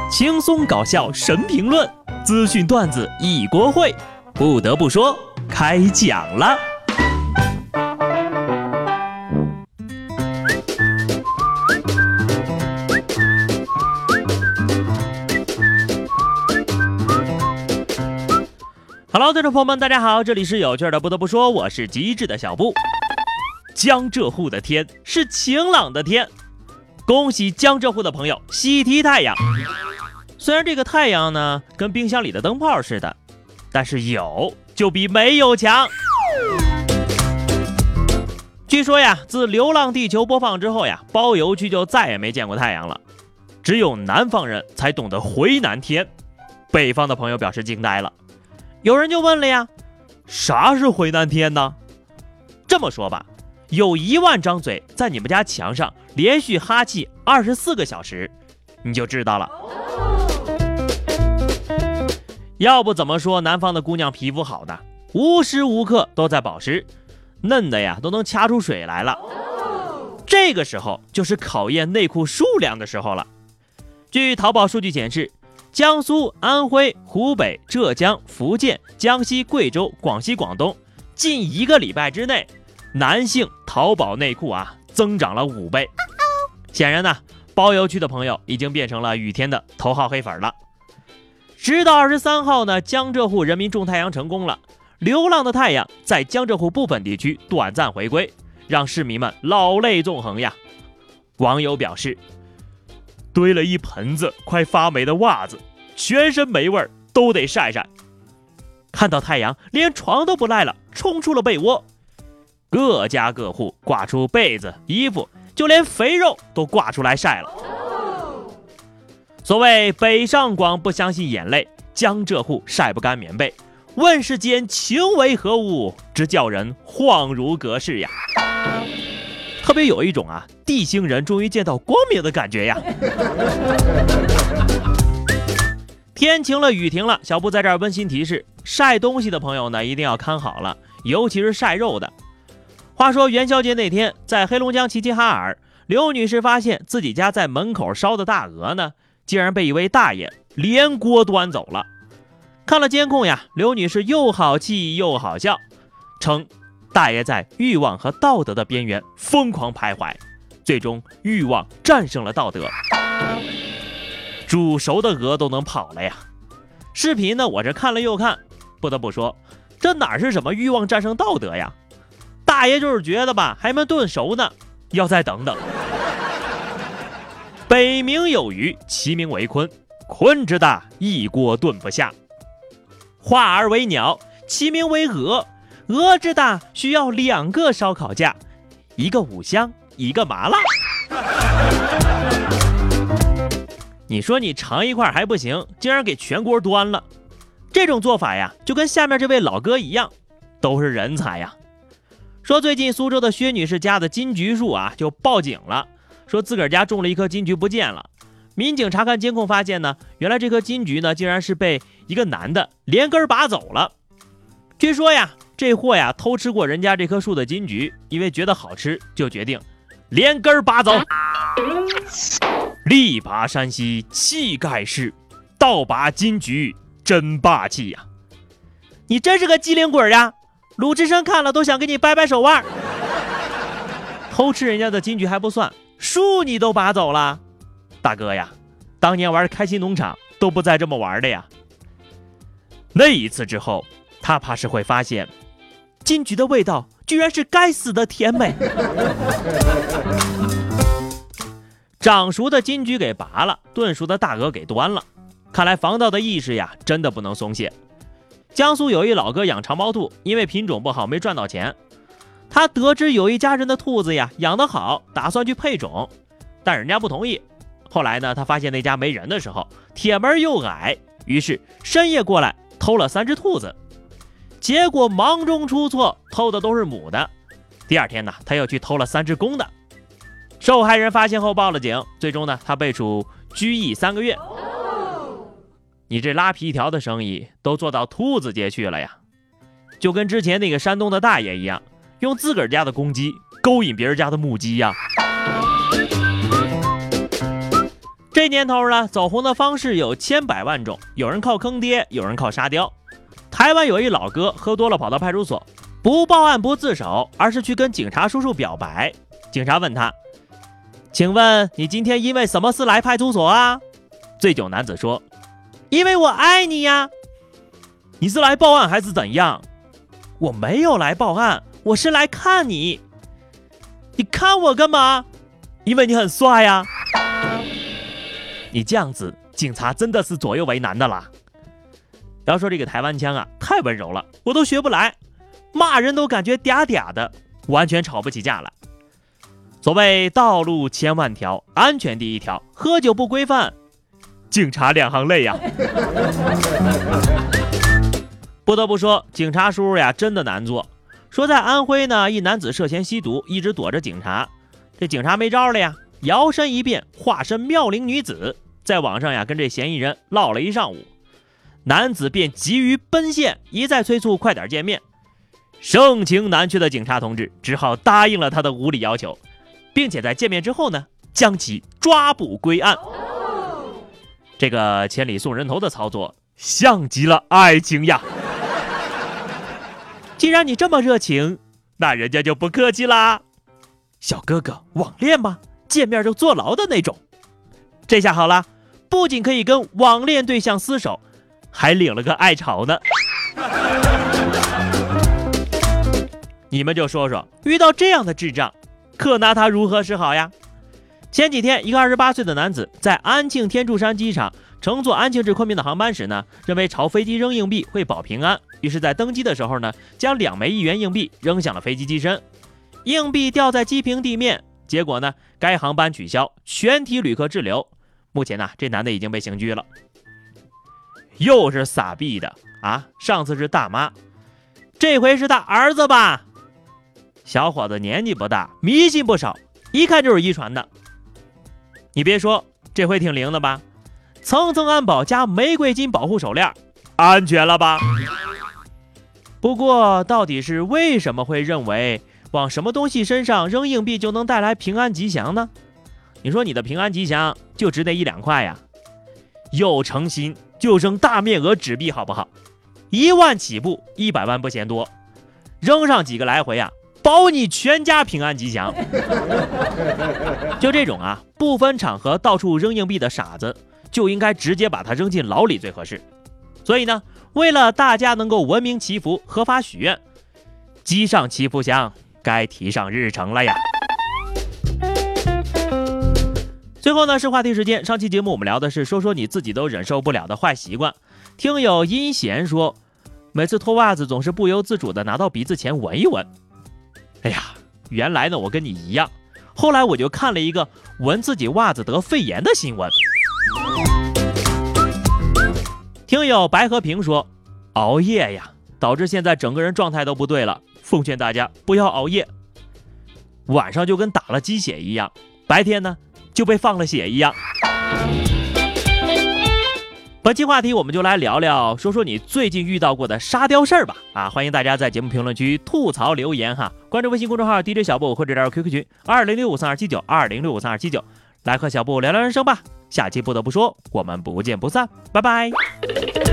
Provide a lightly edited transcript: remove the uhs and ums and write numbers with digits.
轻松搞笑神评论，资讯段子一锅烩。不得不说，开讲了。Hello， 观众朋友们，大家好，这里是有趣的。不得不说，我是机智的小布。江浙沪的天是晴朗的天，恭喜江浙沪的朋友喜提太阳。虽然这个太阳呢跟冰箱里的灯泡似的，但是有就比没有强。据说呀，自《流浪地球》播放之后呀，包邮区就再也没见过太阳了，只有南方人才懂得回南天。北方的朋友表示惊呆了。有人就问了呀，啥是回南天呢？这么说吧，有1万张嘴在你们家墙上连续哈气24个小时，你就知道了。要不怎么说南方的姑娘皮肤好呢？无时无刻都在保湿，嫩的呀都能掐出水来了。这个时候就是考验内裤数量的时候了。据淘宝数据显示，江苏、安徽、湖北、浙江、福建、江西、贵州、广西、广东近1个礼拜之内，男性淘宝内裤增长了5倍。显然呢，包邮区的朋友已经变成了雨天的头号黑粉了。直到23号呢，江浙沪人民种太阳成功了，流浪的太阳在江浙沪部分地区短暂回归，让市民们老泪纵横呀。网友表示，堆了一盆子快发霉的袜子，全身霉味都得晒晒。看到太阳，连床都不赖了，冲出了被窝。各家各户挂出被子、衣服，就连肥肉都挂出来晒了。所谓北上广不相信眼泪，江浙沪晒不干棉被。问世间情为何物，直叫人恍如隔世呀。特别有一种地星人终于见到光明的感觉呀。天晴了，雨停了，小布在这儿温馨提示，晒东西的朋友呢一定要看好了，尤其是晒肉的。话说元宵节那天，在黑龙江齐齐哈尔，刘女士发现自己家在门口烧的大鹅呢，竟然被一位大爷连锅端走了。看了监控呀，刘女士又好气又好笑，称大爷在欲望和道德的边缘疯狂徘徊，最终欲望战胜了道德。煮熟的鹅都能跑了呀。视频呢我这看了又看，不得不说，这哪是什么欲望战胜道德呀，大爷就是觉得吧还没炖熟呢，要再等等。北冥有鱼，其名为鲲，鲲之大，一锅炖不下。化而为鸟，其名为鹅，鹅之大，需要2个烧烤架，一个五香，一个麻辣。你说你尝一块还不行，竟然给全锅端了。这种做法呀，就跟下面这位老哥一样，都是人才呀。说最近苏州的薛女士家的金桔树就报警了，说自个儿家种了一棵金桔不见了。民警查看监控发现呢，原来这棵金桔呢竟然是被一个男的连根拔走了。据说呀，这货呀偷吃过人家这棵树的金桔，因为觉得好吃，就决定连根拔走。力拔山兮气盖世，倒拔金桔真霸气呀！你真是个机灵鬼呀！鲁智深看了都想给你掰掰手腕。偷吃人家的金桔还不算，树你都拔走了，大哥呀，当年玩开心农场都不再这么玩的呀。那一次之后，他怕是会发现金桔的味道居然是该死的甜美。长熟的金桔给拔了，炖熟的大鹅给端了，看来防盗的意识呀真的不能松懈。江苏有一老哥养长毛兔，因为品种不好没赚到钱，他得知有一家人的兔子呀养得好，打算去配种，但人家不同意。后来呢，他发现那家没人的时候，铁门又矮，于是深夜过来偷了3只兔子，结果忙中出错，偷的都是母的。第2天呢，他又去偷了3只公的。受害人发现后报了警，最终呢，他被处拘役3个月。你这拉皮条的生意都做到兔子界去了呀，就跟之前那个山东的大爷一样，用自个儿家的公鸡勾引别人家的母鸡呀。 这年头呢，走红的方式有千百万种，有人靠坑爹，有人靠沙雕。台湾有一老哥喝多了跑到派出所，不报案不自首，而是去跟警察叔叔表白。警察问他，请问你今天因为什么事来派出所啊？醉酒男子说，因为我爱你呀。你是来报案还是怎样？我没有来报案，我是来看你。你看我干嘛？因为你很帅呀。你这样子，警察真的是左右为难的啦。要说这个台湾腔啊，太温柔了，我都学不来，骂人都感觉嗲嗲的，完全吵不起架来。所谓道路千万条，安全第一条，喝酒不规范，警察两行泪呀。不得不说，警察叔呀真的难做。说在安徽呢，一男子涉嫌吸毒，一直躲着警察，这警察没招了呀，摇身一变，化身妙龄女子，在网上呀跟这嫌疑人唠了一上午。男子便急于奔现，一再催促快点见面。盛情难却的警察同志只好答应了他的无理要求，并且在见面之后呢，将其抓捕归案。这个千里送人头的操作，像极了爱情呀！既然你这么热情，那人家就不客气啦。小哥哥，网恋吗？见面就坐牢的那种。这下好了，不仅可以跟网恋对象厮守，还领了个爱巢呢。你们就说说，遇到这样的智障，可拿他如何是好呀？前几天，一个28岁的男子在安庆天柱山机场乘坐安庆至昆明的航班时呢，认为朝飞机扔硬币会保平安，于是在登机的时候呢，将2枚1元硬币扔向了飞机机身，硬币掉在机坪地面，结果呢，该航班取消，全体旅客滞留。目前呢，这男的已经被刑拘了。又是撒币的啊！上次是大妈，这回是他儿子吧？小伙子年纪不大，迷信不少，一看就是遗传的。你别说，这回挺灵的吧？层层安保加玫瑰金保护手链，安全了吧？不过，到底是为什么会认为往什么东西身上扔硬币就能带来平安吉祥呢？你说你的平安吉祥就值那1-2块呀？有诚心就扔大面额纸币好不好？1万起步，100万不嫌多，扔上几个来回啊，保你全家平安吉祥。就这种啊，不分场合到处扔硬币的傻子，就应该直接把他扔进牢里最合适。所以呢，为了大家能够文明祈福、合法许愿，机上祈福箱该提上日程了呀。最后呢是话题时间，上期节目我们聊的是说你自己都忍受不了的坏习惯。听友阴贤说，每次脱袜子总是不由自主的拿到鼻子前闻一闻。哎呀，原来呢我跟你一样，后来我就看了一个闻自己袜子得肺炎的新闻。听友白和平说，熬夜呀导致现在整个人状态都不对了，奉劝大家不要熬夜。晚上就跟打了鸡血一样，白天呢就被放了血一样。本期话题我们就来聊聊，说你最近遇到过的沙雕事儿吧。欢迎大家在节目评论区吐槽留言哈，关注微信公众号 DJ 小布或者加入 QQ 群20653279 20653279，来和小布聊聊人生吧。下期不得不说，我们不见不散，拜拜。